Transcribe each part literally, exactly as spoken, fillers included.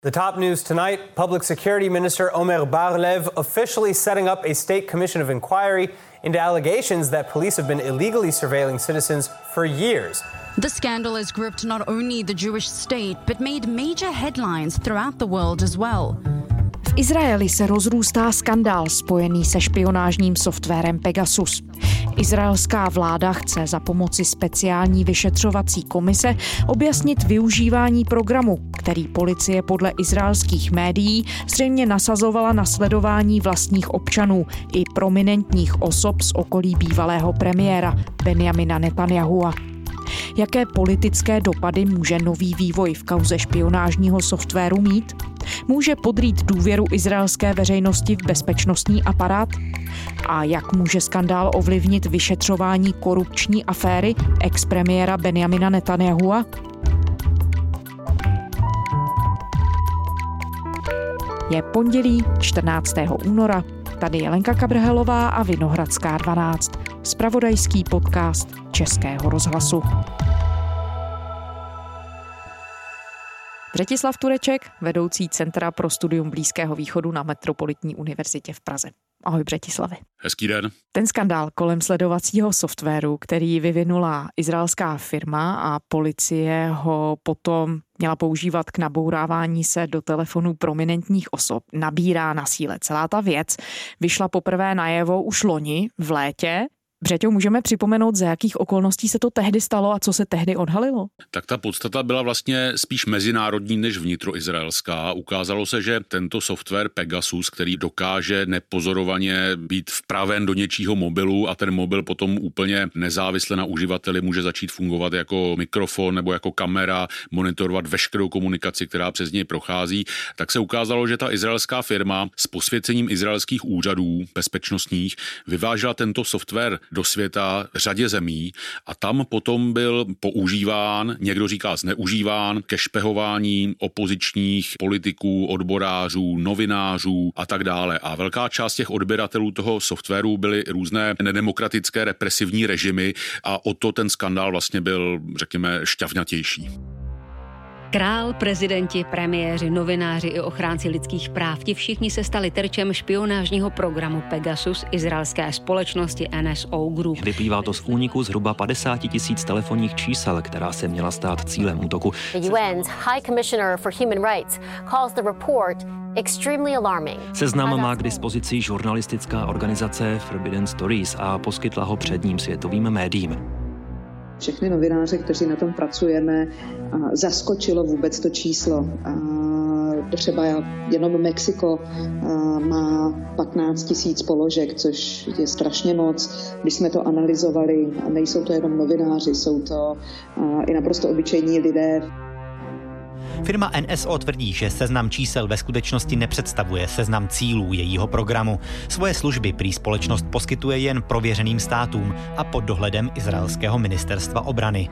The top news tonight, Public Security Minister Omer Bar-Lev officially setting up a state commission of inquiry into allegations that police have been illegally surveilling citizens for years. The scandal has gripped not only the Jewish state, but made major headlines throughout the world as well. V Izraeli se rozrůstá skandál spojený se špionážním softwarem Pegasus. Izraelská vláda chce za pomoci speciální vyšetřovací komise objasnit využívání programu, který policie podle izraelských médií zřejmě nasazovala na sledování vlastních občanů i prominentních osob z okolí bývalého premiéra Benjamina Netanyahua. Jaké politické dopady může nový vývoj v kauze špionážního softwaru mít? Může podrýt důvěru izraelské veřejnosti v bezpečnostní aparát? A jak může skandál ovlivnit vyšetřování korupční aféry ex-premiéra Benjamina Netanyahua? Je pondělí čtrnáctého února. Tady je Lenka Kabrhelová a Vinohradská dvanáct. Zpravodajský podcast Českého rozhlasu. Břetislav Tureček, vedoucí Centra pro studium Blízkého východu na Metropolitní univerzitě v Praze. Ahoj Břetislavi. Hezký den. Ten skandál kolem sledovacího softwaru, který vyvinula izraelská firma a policie ho potom měla používat k nabourávání se do telefonů prominentních osob, nabírá na síle. Celá ta věc vyšla poprvé najevo už loni v létě. Břeťo, můžeme připomenout, za jakých okolností se to tehdy stalo a co se tehdy odhalilo? Tak ta podstata byla vlastně spíš mezinárodní než vnitroizraelská. Ukázalo se, že tento software Pegasus, který dokáže nepozorovaně být vpraven do něčího mobilu a ten mobil potom úplně nezávisle na uživateli může začít fungovat jako mikrofon nebo jako kamera, monitorovat veškerou komunikaci, která přes něj prochází, tak se ukázalo, že ta izraelská firma s posvěcením izraelských úřadů bezpečnostních vyvážela tento software do světa řadě zemí a tam potom byl používán, někdo říká zneužíván, ke špehování opozičních politiků, odborářů, novinářů a tak dále. A velká část těch odběratelů toho softwaru byly různé nedemokratické represivní režimy a o to ten skandál vlastně byl, řekněme, šťavnatější. Král, prezidenti, premiéři, novináři i ochránci lidských práv, ti všichni se stali terčem špionážního programu Pegasus izraelské společnosti N S O Group. Vyplývá to z úniku zhruba padesát tisíc telefonních čísel, která se měla stát cílem útoku. The U N's High Commissioner for Human Rights calls the report extremely alarming. Seznam má k dispozici žurnalistická organizace Forbidden Stories a poskytla ho předním světovým médiím. Všechny novináře, kteří na tom pracujeme, zaskočilo vůbec to číslo. Třeba jenom Mexiko má patnáct tisíc položek, což je strašně moc. Když jsme to analyzovali, nejsou to jenom novináři, jsou to i naprosto obyčejní lidé. Firma N S O tvrdí, že seznam čísel ve skutečnosti nepředstavuje seznam cílů jejího programu. Svoje služby prý společnost poskytuje jen prověřeným státům a pod dohledem izraelského ministerstva obrany.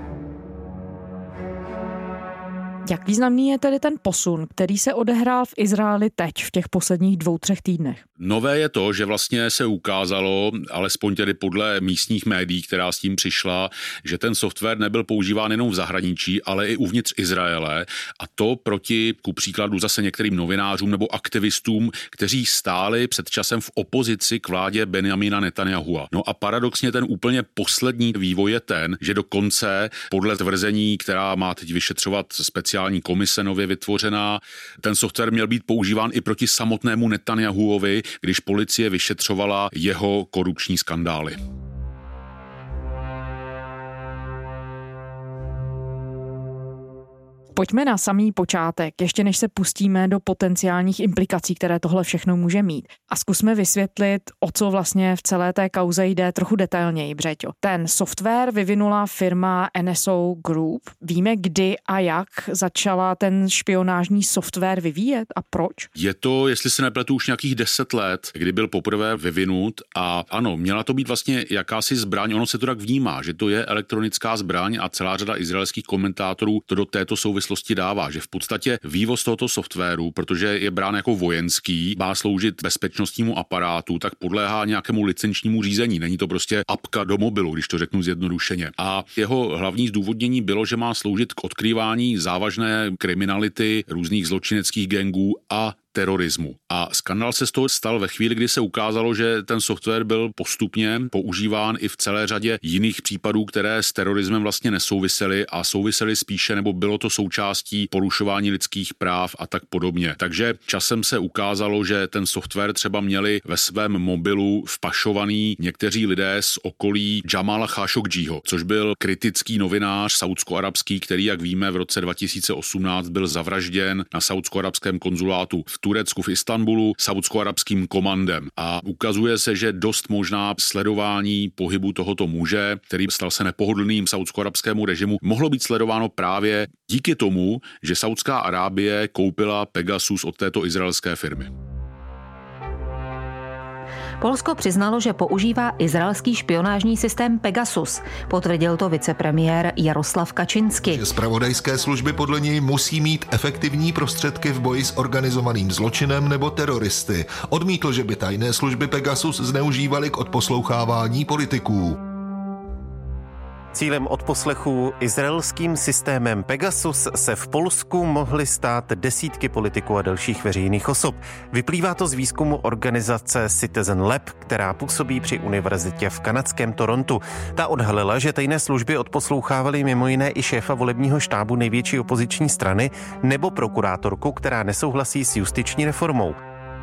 Jak významný je tedy ten posun, který se odehrál v Izraeli teď, v těch posledních dvou, třech týdnech? Nové je to, že vlastně se ukázalo, alespoň tedy podle místních médií, která s tím přišla, že ten software nebyl používán jenom v zahraničí, ale i uvnitř Izraele a to proti, ku příkladu zase některým novinářům nebo aktivistům, kteří stáli před časem v opozici k vládě Benjamina Netanyahua. No a paradoxně ten úplně poslední vývoj je ten, že dokonce podle tvrzení, která má teď vyšetřovat speciální komise nově vytvořená, ten software měl být používán i proti samotnému Netanyahuovi, když policie vyšetřovala jeho korupční skandály. Pojďme na samý počátek, ještě než se pustíme do potenciálních implikací, které tohle všechno může mít. A zkusme vysvětlit, o co vlastně v celé té kauze jde trochu detailněji, Břeťo. Ten software vyvinula firma N S O Group. Víme, kdy a jak začala ten špionážní software vyvíjet a proč? Je to, jestli se nepletu, už nějakých deset let, kdy byl poprvé vyvinut a ano, měla to být vlastně jakási zbraň, ono se to tak vnímá, že to je elektronická zbraň a celá řada izraelských komentátorů to do této souvislosti souvislosti dává, že v podstatě vývoz tohoto softwaru, protože je brán jako vojenský, má sloužit bezpečnostnímu aparátu, tak podléhá nějakému licenčnímu řízení. Není to prostě apka do mobilu, když to řeknu zjednodušeně. A jeho hlavní zdůvodnění bylo, že má sloužit k odkrývání závažné kriminality, různých zločineckých gangů a terorismu. A skandál se z toho stal ve chvíli, kdy se ukázalo, že ten software byl postupně používán i v celé řadě jiných případů, které s terorismem vlastně nesouvisely a souvisely spíše, nebo bylo to součástí porušování lidských práv a tak podobně. Takže časem se ukázalo, že ten software třeba měli ve svém mobilu vpašovaný někteří lidé z okolí Jamala Khashoggiho, což byl kritický novinář saúdsko-arabský, který, jak víme, v roce dva tisíce osmnáct byl zavražděn na saúdsko-arabském konzulátu v Turecku v Istanbulu saúdsko-arabským komandem. A ukazuje se, že dost možná sledování pohybu tohoto muže, který stal se nepohodlným saúdsko-arabskému režimu, mohlo být sledováno právě díky tomu, že Saúdská Arábie koupila Pegasus od této izraelské firmy. Polsko přiznalo, že používá izraelský špionážní systém Pegasus. Potvrdil to vicepremiér Jaroslav Kačinski. Zpravodajské služby podle něj musí mít efektivní prostředky v boji s organizovaným zločinem nebo teroristy. Odmítl, že by tajné služby Pegasus zneužívaly k odposlouchávání politiků. Cílem odposlechů izraelským systémem Pegasus se v Polsku mohly stát desítky politiků a dalších veřejných osob. Vyplývá to z výzkumu organizace Citizen Lab, která působí při univerzitě v kanadském Torontu. Ta odhalila, že tajné služby odposlouchávaly mimo jiné i šéfa volebního štábu největší opoziční strany nebo prokurátorku, která nesouhlasí s justiční reformou.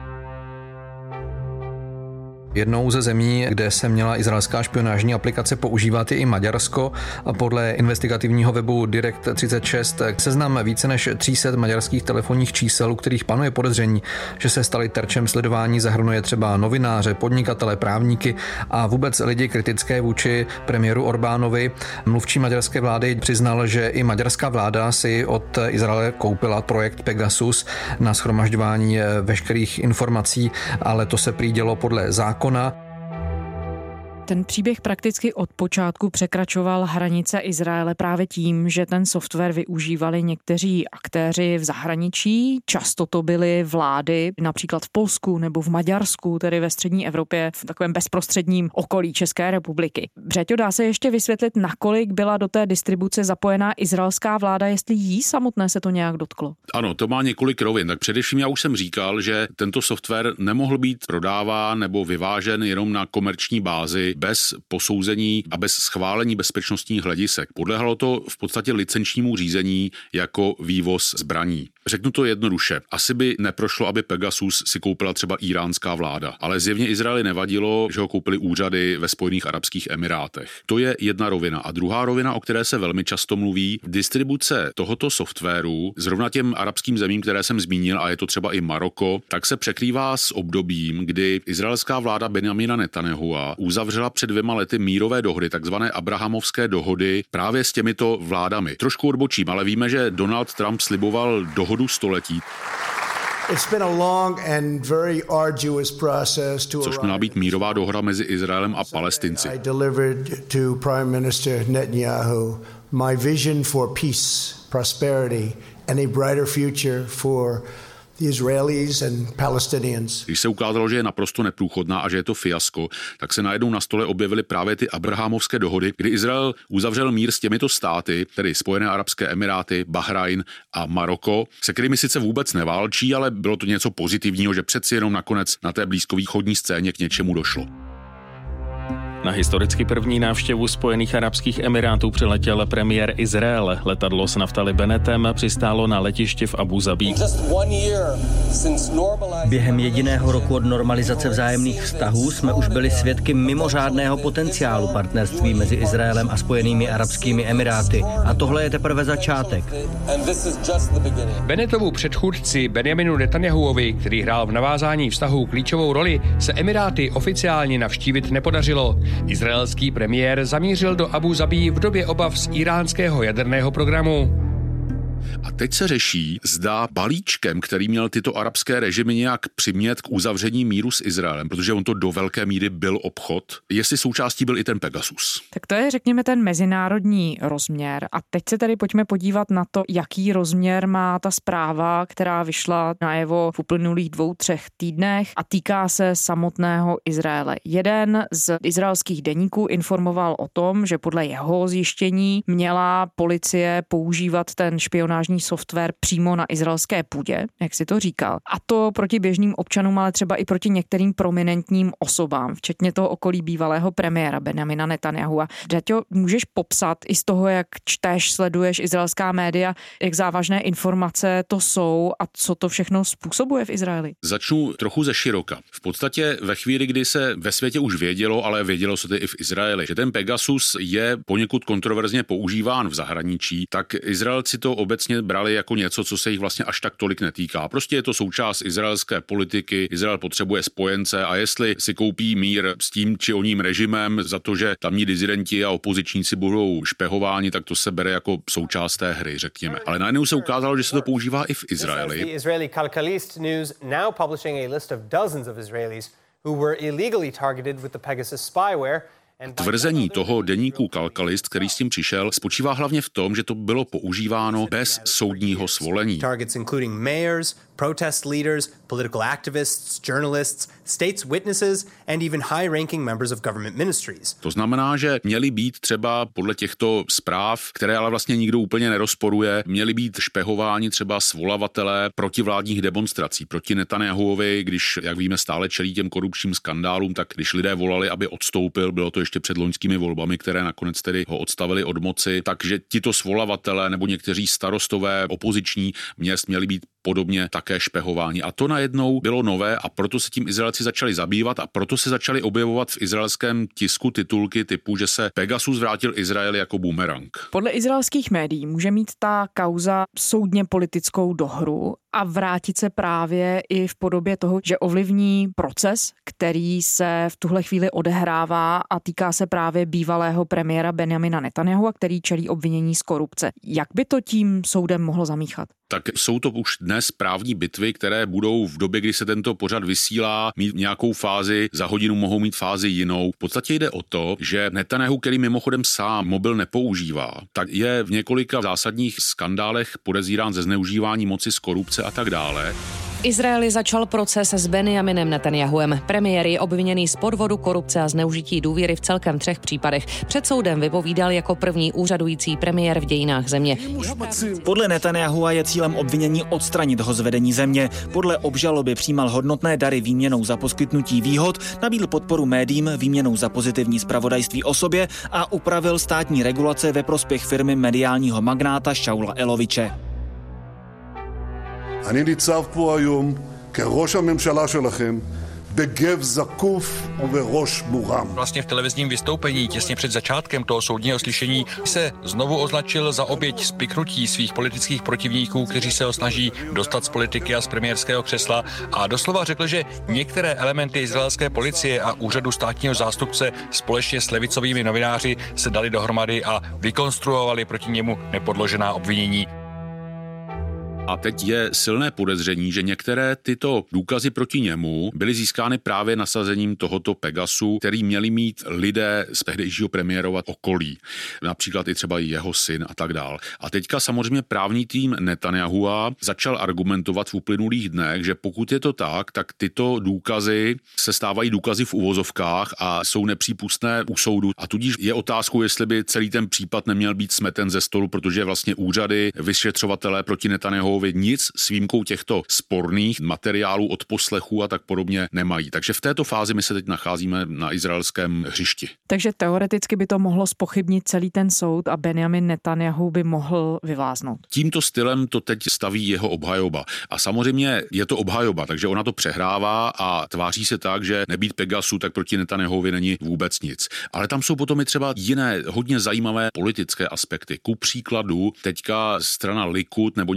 Jednou ze zemí, kde se měla izraelská špionážní aplikace používat, je i Maďarsko. A podle investigativního webu Direct třicet šest seznam více než tři sta maďarských telefonních čísel, u kterých panuje podezření, že se stali terčem sledování, zahrnuje třeba novináře, podnikatele, právníky a vůbec lidi kritické vůči premiéru Orbánovi. Mluvčí maďarské vlády přiznal, že i maďarská vláda si od Izraele koupila projekt Pegasus na shromažďování veškerých informací, ale to se prý dělo podle zákona. Ten příběh prakticky od počátku překračoval hranice Izraele právě tím, že ten software využívali někteří aktéři v zahraničí. Často to byly vlády, například v Polsku nebo v Maďarsku, tedy ve střední Evropě, v takovém bezprostředním okolí České republiky. Břeťo, dá se ještě vysvětlit, nakolik byla do té distribuce zapojená izraelská vláda, jestli jí samotné se to nějak dotklo? Ano, to má několik rovin. Tak především já už jsem říkal, že tento software nemohl být prodáván nebo vyvážen jenom na komerční bázi, bez posouzení a bez schválení bezpečnostních hledisek. Podléhalo to v podstatě licenčnímu řízení jako vývoz zbraní. Řeknu to jednoduše. Asi by neprošlo, aby Pegasus si koupila třeba iránská vláda, ale zjevně Izraeli nevadilo, že ho koupili úřady ve Spojených arabských emirátech. To je jedna rovina. A druhá rovina, o které se velmi často mluví, distribuce tohoto softwaru zrovna těm arabským zemím, které jsem zmínil, a je to třeba i Maroko, tak se překrývá s obdobím, kdy izraelská vláda Benjamina Netanyahua uzavřela před dvěma lety mírové dohody, takzvané Abrahamovské dohody, právě s těmito vládami. Trošku odbočím, ale víme, že Donald Trump sliboval dohodu století. Což měla být mírová dohoda mezi Izraelem a Palestinci. My vision for peace, prosperity and a brighter future for the Israelis and Palestinians. Když se ukázalo, že je naprosto neprůchodná a že je to fiasko, tak se najednou na stole objevily právě ty Abrahamovské dohody, kdy Izrael uzavřel mír s těmito státy, tedy Spojené arabské emiráty, Bahrajn a Maroko, se kterými sice vůbec neválčí, ale bylo to něco pozitivního, že přeci jenom nakonec na té blízkovýchodní scéně k něčemu došlo. Na historicky první návštěvu Spojených arabských emirátů přiletěl premiér Izraele. Letadlo s Naftali Bennetem přistálo na letišti v Abu Zabí. Během jediného roku od normalizace vzájemných vztahů jsme už byli svědky mimořádného potenciálu partnerství mezi Izraelem a Spojenými arabskými emiráty. A tohle je teprve začátek. Bennetovu předchůdci Benjaminu Netanyahuovi, který hrál v navázání vztahů klíčovou roli, se Emiráty oficiálně navštívit nepodařilo. Izraelský premiér zamířil do Abu Zabí v době obav z íránského jaderného programu. A teď se řeší, zda balíčkem, který měl tyto arabské režimy nějak přimět k uzavření míru s Izraelem, protože on to do velké míry byl obchod, jestli součástí byl i ten Pegasus. Tak to je, řekněme, ten mezinárodní rozměr. A teď se tedy pojďme podívat na to, jaký rozměr má ta zpráva, která vyšla najevo v uplynulých dvou, třech týdnech a týká se samotného Izraele. Jeden z izraelských deníků informoval o tom, že podle jeho zjištění měla policie používat ten špionážní software přímo na izraelské půdě, jak si to říkal. A to proti běžným občanům, ale třeba i proti některým prominentním osobám, včetně toho okolí bývalého premiéra Benjamina Netanyahua. Daťo, můžeš popsat i z toho, jak čteš, sleduješ izraelská média, jak závažné informace to jsou a co to všechno způsobuje v Izraeli? Začnu trochu ze široka. V podstatě ve chvíli, kdy se ve světě už vědělo, ale vědělo se to i v Izraeli, že ten Pegasus je poněkud kontroverzně používán v zahraničí, tak Izraelci to obecně brali jako něco, co se jich vlastně až tak tolik netýká. Prostě je to součást izraelské politiky, Izrael potřebuje spojence a jestli si koupí mír s tím či oním režimem za to, že tamní disidenti a opozičníci budou špehováni, tak to se bere jako součást té hry, řekněme. Ale najednou se ukázalo, že se to používá i v Izraeli. The Israeli Kalkalist News now publishing a list of dozens of Israelis who were illegally targeted with the Pegasus spyware. Tvrzení toho deníku Kalkalist, který s tím přišel, spočívá hlavně v tom, že to bylo používáno bez soudního svolení. Targets including mayors, protest leaders, political activists, journalists, states witnesses and even high-ranking members of government ministries. To znamená, že měli být třeba podle těchto zpráv, které ale vlastně nikdo úplně nerozporuje, měli být špehováni třeba svolavatelé protivládních demonstrací proti Netanyahuovi, když, jak víme, stále čelí těm korupčním skandálům, tak když lidé volali, aby odstoupil, bylo to ještě před loňskými volbami, které nakonec tedy ho odstavili od moci, takže tito svolavatelé nebo někteří starostové opoziční měst měli být podobně také špehování. A to najednou bylo nové a proto se tím Izraelci začali zabývat a proto se začaly objevovat v izraelském tisku titulky typu, že se Pegasus vrátil Izraeli jako bumerang. Podle izraelských médií může mít ta kauza soudně politickou dohru a vrátit se právě i v podobě toho, že ovlivní proces, který se v tuhle chvíli odehrává a týká se právě bývalého premiéra Benjamina Netanyahua, který čelí obvinění z korupce. Jak by to tím soudem mohlo zamíchat? Tak jsou to už dnes právní bitvy, které budou v době, kdy se tento pořad vysílá, mít nějakou fázi, za hodinu mohou mít fázi jinou. V podstatě jde o to, že Netanyahu, který mimochodem sám mobil nepoužívá, tak je v několika zásadních skandálech podezírán ze zneužívání moci, z korupce a tak dále. V Izraeli začal proces s Benjaminem Netanyahuem. Premiér je obviněný z podvodu, korupce a zneužití důvěry v celkem třech případech. Před soudem vypovídal jako první úřadující premiér v dějinách země. Podle Netanyahua je cílem obvinění odstranit ho z vedení země. Podle obžaloby přijímal hodnotné dary výměnou za poskytnutí výhod, nabídl podporu médiím výměnou za pozitivní zpravodajství o sobě a upravil státní regulace ve prospěch firmy mediálního magnáta Shaula Eloviče. אני ניצב פה היום כראש הממשלה שלכם בגב זקוף ובראש מורם. Vlastně v televizním vystoupení těsně před začátkem toho soudního slyšení se znovu označil za oběť spiknutí svých politických protivníků, kteří se ho snaží dostat z politiky a z premiérského křesla a doslova řekl, že některé elementy izraelské policie a úřadu státního zástupce společně s levicovými novináři se dali dohromady a vykonstruovali proti němu nepodložená obvinění. A teď je silné podezření, že některé tyto důkazy proti němu byly získány právě nasazením tohoto Pegasu, který měli mít lidé z tehdejšího premiérova okolí. Například i třeba jeho syn a tak dál. A teďka samozřejmě právní tým Netanyahua začal argumentovat v uplynulých dnech, že pokud je to tak, tak tyto důkazy se stávají důkazy v uvozovkách a jsou nepřípustné u soudu. A tudíž je otázkou, jestli by celý ten případ neměl být smeten ze stolu, protože vlastně úřady, vyšetřovatelé proti Netanyahuovi nic s výjimkou těchto sporných materiálů od poslechů a tak podobně nemají. Takže v této fázi my se teď nacházíme na izraelském hřišti. Takže teoreticky by to mohlo zpochybnit celý ten soud a Benjamin Netanyahu by mohl vyváznout. Tímto stylem to teď staví jeho obhajoba. A samozřejmě je to obhajoba, takže ona to přehrává a tváří se tak, že nebýt Pegasu, tak proti Netanyahuovi není vůbec nic. Ale tam jsou potom i třeba jiné hodně zajímavé politické aspekty. Ku příkladu teďka strana Likud nebo někteří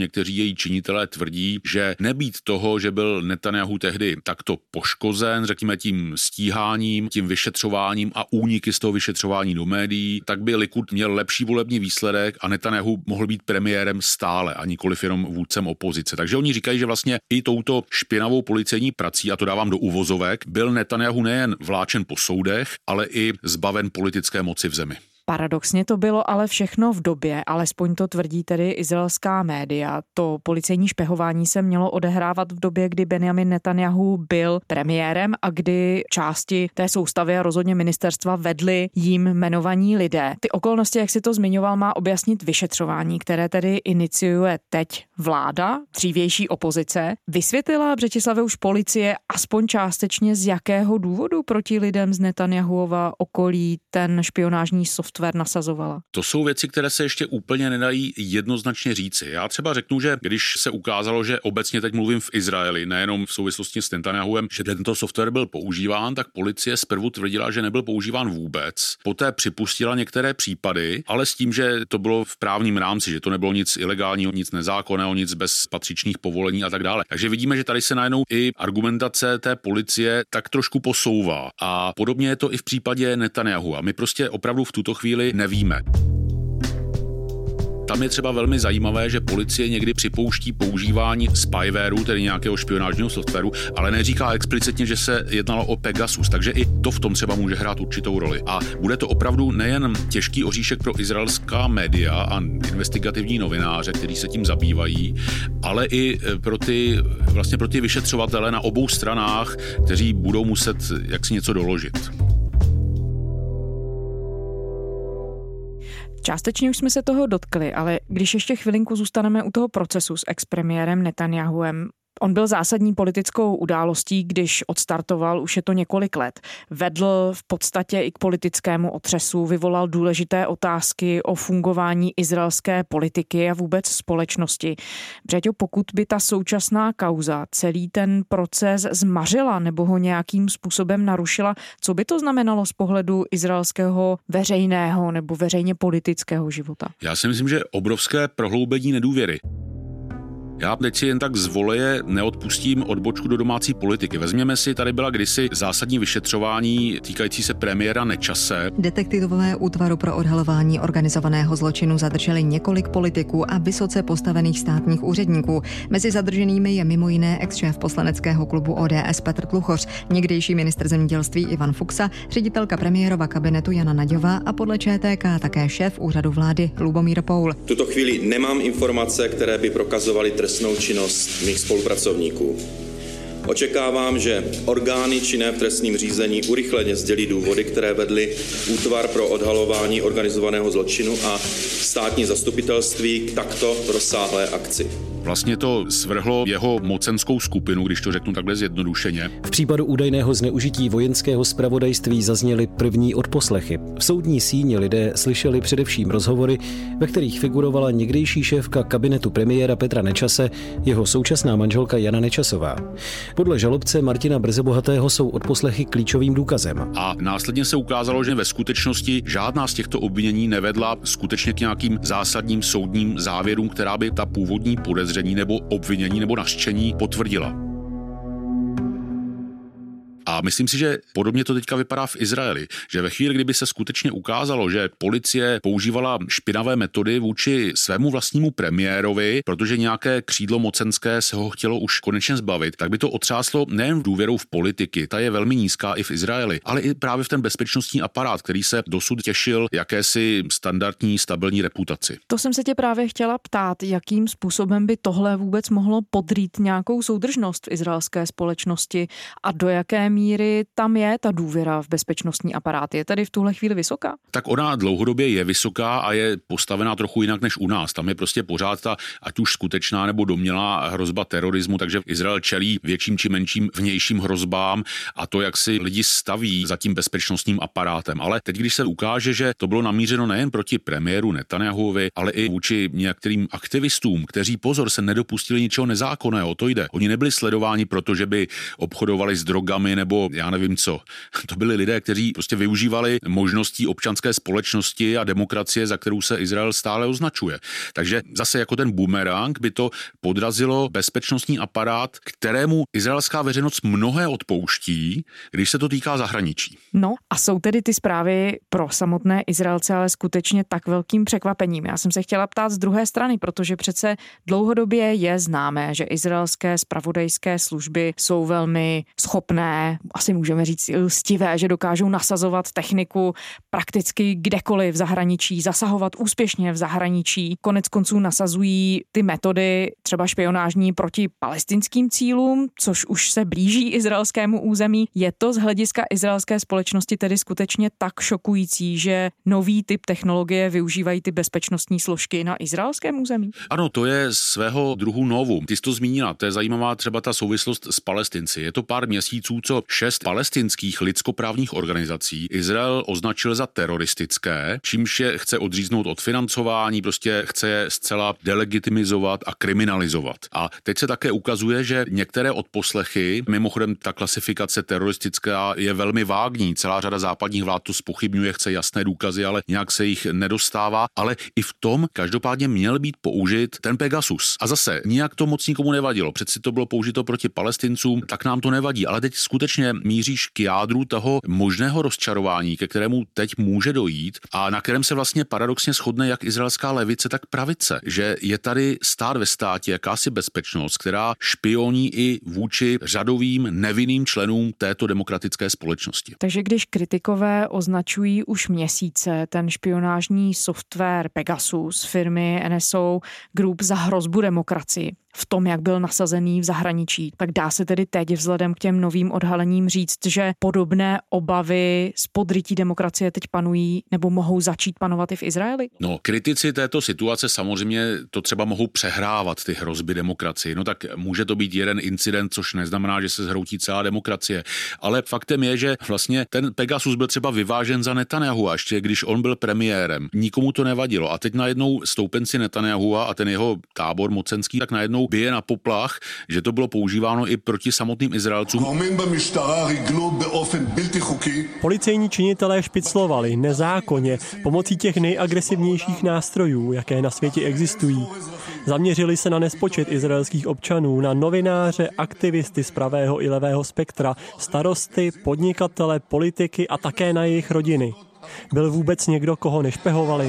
její činitelé tvrdí, že nebýt toho, že byl Netanjahu tehdy takto poškozen, řekněme tím stíháním, tím vyšetřováním a úniky z toho vyšetřování do médií, tak by Likud měl lepší volební výsledek a Netanjahu mohl být premiérem stále a nikoliv jenom vůdcem opozice. Takže oni říkají, že vlastně i touto špinavou policejní prací, a to dávám do uvozovek, byl Netanjahu nejen vláčen po soudech, ale i zbaven politické moci v zemi. Paradoxně to bylo ale všechno v době, alespoň to tvrdí tedy izraelská média. To policejní špehování se mělo odehrávat v době, kdy Benjamin Netanjahu byl premiérem a kdy části té soustavy a rozhodně ministerstva vedli jím jmenovaní lidé. Ty okolnosti, jak si to zmiňoval, má objasnit vyšetřování, které tedy iniciuje teď vláda, dřívější opozice. Vysvětlila, Břetislave, už policie aspoň částečně, z jakého důvodu proti lidem z Netanjahova okolí ten špionážní software nasazovala? To jsou věci, které se ještě úplně nedají jednoznačně říci. Já třeba řeknu, že když se ukázalo, že obecně teď mluvím v Izraeli, nejenom v souvislosti s Netanjahuem, že tento software byl používán, tak policie zprvu tvrdila, že nebyl používán vůbec. Poté připustila některé případy, ale s tím, že to bylo v právním rámci, že to nebylo nic ilegálního, nic nezákonného, nic bez patřičných povolení a tak dále. Takže vidíme, že tady se najednou i argumentace té policie tak trošku posouvá. A podobně je to i v případě Netanjahu. A my prostě opravdu v tuto chvíli nevíme. Tam je třeba velmi zajímavé, že policie někdy připouští používání spywareu, tedy nějakého špionážního softwaru, ale neříká explicitně, že se jednalo o Pegasus, takže i to v tom třeba může hrát určitou roli. A bude to opravdu nejen těžký oříšek pro izraelská média a investigativní novináře, kteří se tím zabývají, ale i pro ty, vlastně pro ty vyšetřovatele na obou stranách, kteří budou muset jaksi něco doložit. Částečně už jsme se toho dotkli, ale když ještě chvilinku zůstaneme u toho procesu s expremiérem Netanjahuem, on byl zásadní politickou událostí, když odstartoval, už je to několik let. Vedl v podstatě i k politickému otřesu, vyvolal důležité otázky o fungování izraelské politiky a vůbec společnosti. Břeťo, pokud by ta současná kauza celý ten proces zmařila nebo ho nějakým způsobem narušila, co by to znamenalo z pohledu izraelského veřejného nebo veřejně politického života? Já si myslím, že obrovské prohloubení nedůvěry. Já teď si jen tak z voleje neodpustím odbočku do domácí politiky. Vezměme si, tady byla kdysi zásadní vyšetřování týkající se premiéra Nečase. Detektivové útvaru pro odhalování organizovaného zločinu zadrželi několik politiků a vysoce postavených státních úředníků. Mezi zadrženými je mimo jiné ex-šéf poslaneckého klubu O D S Petr Tluchoř, někdejší ministr zemědělství Ivan Fuksa, ředitelka premiérova kabinetu Jana Naďová a podle Č T K také šéf úřadu vlády Lubomír Poul. V tuto chvíli nemám informace, které by prokazovaly trestnou činnost mých spolupracovníků. Očekávám, že orgány činné v trestním řízení urychleně sdělí důvody, které vedly útvar pro odhalování organizovaného zločinu a státní zastupitelství k takto rozsáhlé akci. Vlastně to svrhlo jeho mocenskou skupinu, když to řeknu takhle zjednodušeně. V případu údajného zneužití vojenského zpravodajství zazněly první odposlechy. V soudní síni lidé slyšeli především rozhovory, ve kterých figurovala někdejší šéfka kabinetu premiéra Petra Nečase, jeho současná manželka Jana Nečasová. Podle žalobce Martina Brzebohatého jsou odposlechy klíčovým důkazem. A následně se ukázalo, že ve skutečnosti žádná z těchto obvinění nevedla skutečně k nějakým zásadním soudním závěrům, která by ta původní podezření nebo obvinění nebo nařčení potvrdila. A myslím si, že podobně to teďka vypadá v Izraeli, že ve chvíli, kdyby se skutečně ukázalo, že policie používala špinavé metody vůči svému vlastnímu premiérovi, protože nějaké křídlo mocenské se ho chtělo už konečně zbavit, tak by to otřáslo nejen v důvěrou v politiky, ta je velmi nízká i v Izraeli, ale i právě v ten bezpečnostní aparát, který se dosud těšil jakési standardní, stabilní reputaci. To jsem se tě právě chtěla ptát, jakým způsobem by tohle vůbec mohlo podrýt nějakou soudržnost v izraelské společnosti a do jaké míry tam je ta důvěra v bezpečnostní aparát? Je tady v tuhle chvíli vysoká? Tak ona dlouhodobě je vysoká a je postavená trochu jinak než u nás. Tam je prostě pořád ta, ať už skutečná nebo domnělá hrozba terorismu, takže Izrael čelí větším či menším vnějším hrozbám a to, jak si lidi staví za tím bezpečnostním aparátem. Ale teď, když se ukáže, že to bylo namířeno nejen proti premiéru Netanjahuovi, ale i vůči některým aktivistům, kteří pozor se nedopustili ničeho nezákonného, to jde. Oni nebyli sledováni proto, že by obchodovali s drogami nebo nebo já nevím co. To byli lidé, kteří prostě využívali možností občanské společnosti a demokracie, za kterou se Izrael stále označuje. Takže zase jako ten bumerang by to podrazilo bezpečnostní aparát, kterému izraelská veřejnost mnohé odpouští, když se to týká zahraničí. No a jsou tedy ty zprávy pro samotné Izraelce ale skutečně tak velkým překvapením. Já jsem se chtěla ptát z druhé strany, protože přece dlouhodobě je známé, že izraelské zpravodajské služby jsou velmi schopné, asi můžeme říct lstivé, že dokážou nasazovat techniku prakticky kdekoliv v zahraničí, zasahovat úspěšně v zahraničí. Konec konců nasazují ty metody třeba špionážní proti palestinským cílům, což už se blíží izraelskému území. Je to z hlediska izraelské společnosti tedy skutečně tak šokující, že nový typ technologie využívají ty bezpečnostní složky na izraelském území? Ano, to je svého druhu novum. Ty jsi to zmínila, to je zajímavá třeba ta souvislost s Palestinci. Je to pár měsíců, co šest palestinských lidskoprávních organizací Izrael označil za teroristické, čímž je chce odříznout od financování, prostě chce je zcela delegitimizovat a kriminalizovat. A teď se také ukazuje, že některé odposlechy, mimochodem ta klasifikace teroristická je velmi vágní, celá řada západních vlád to zpochybňuje, chce jasné důkazy, ale nějak se jich nedostává, ale i v tom každopádně měl být použit ten Pegasus. A zase nijak to moc nikomu nevadilo. Přeci to bylo použito proti Palestincům, tak nám to nevadí, ale teď skutečně míříš k jádru toho možného rozčarování, ke kterému teď může dojít a na kterém se vlastně paradoxně shodne jak izraelská levice, tak pravice, že je tady stát ve státě, jakási bezpečnost, která špioní i vůči řadovým nevinným členům této demokratické společnosti. Takže když kritikové označují už měsíce ten špionážní software Pegasus firmy N S O Group za hrozbu demokracii v tom, jak byl nasazený v zahraničí, tak dá se tedy teď vzhledem k těm novým odhalením říct, že podobné obavy z podrytí demokracie teď panují nebo mohou začít panovat i v Izraeli? No, kritici této situace samozřejmě to třeba mohou přehrávat ty hrozby demokracii. No tak může to být jeden incident, což neznamená, že se zhroutí celá demokracie. Ale faktem je, že vlastně ten Pegasus byl třeba vyvážen za Netanyahu, a ještě když on byl premiérem. Nikomu to nevadilo. A teď najednou stoupenci Netanyahu a ten jeho tábor mocenský, tak najednou bije na poplach, že to bylo používáno i proti samotným Izraelcům. Policejní činitelé špiclovali nezákonně pomocí těch nejagresivnějších nástrojů, jaké na světě existují. Zaměřili se na nespočet izraelských občanů, na novináře, aktivisty z pravého i levého spektra, starosty, podnikatele, politiky a také na jejich rodiny. Byl vůbec někdo, koho nešpehovali?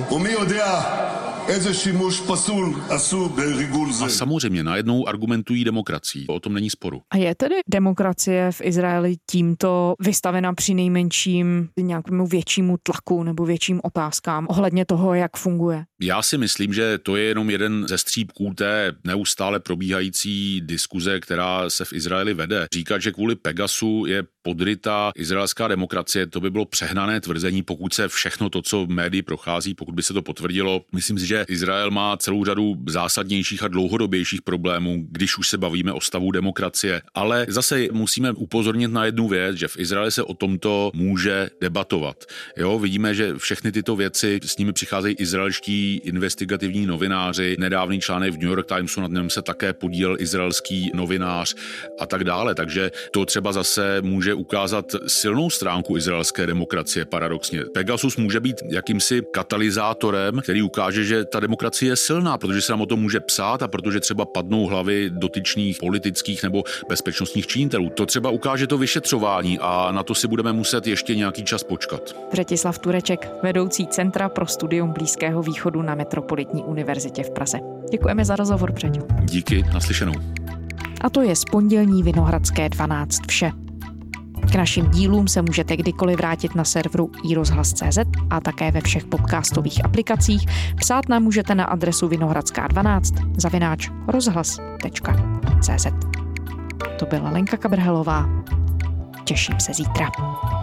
A samozřejmě najednou argumentují demokracií. O tom není sporu. A je tedy demokracie v Izraeli tímto vystavena při nejmenším nějakému většímu tlaku nebo větším otázkám ohledně toho, jak funguje? Já si myslím, že to je jenom jeden ze střípků té neustále probíhající diskuze, která se v Izraeli vede. Říkat, že kvůli Pegasu je podrytá izraelská demokracie, to by bylo přehnané tvrzení, pokud se všechno to, co médii prochází, pokud by se to potvrdilo. Myslím si, že Izrael má celou řadu zásadnějších a dlouhodobějších problémů, když už se bavíme o stavu demokracie. Ale zase musíme upozornit na jednu věc, že v Izraeli se o tomto může debatovat. Jo, vidíme, že všechny tyto věci, s nimi přicházejí izraelští investigativní novináři, nedávný článek v New York Timesu, nad něm se také podílel izraelský novinář a tak dále. Takže to třeba zase může ukázat silnou stránku izraelské demokracie paradoxně. Pegasus může být jakýmsi katalyzátorem, který ukáže, že ta demokracie je silná, protože se nám o tom může psát a protože třeba padnou hlavy dotyčných politických nebo bezpečnostních činitelů. To třeba ukáže to vyšetřování a na to si budeme muset ještě nějaký čas počkat. Vratislav Tureček, vedoucí Centra pro studium Blízkého východu na Metropolitní univerzitě v Praze. Děkujeme za rozhovor, Přeťo. Díky, naslyšenou. A to je z pondělní Vinohradské dvanáct vše. K našim dílům se můžete kdykoliv vrátit na serveru i rozhlas tečka cé zet a také ve všech podcastových aplikacích. Psát nám můžete na adresu vinohradská dvanáct zavináč rozhlas tečka cé zet. To byla Lenka Kabrhelová. Těším se zítra.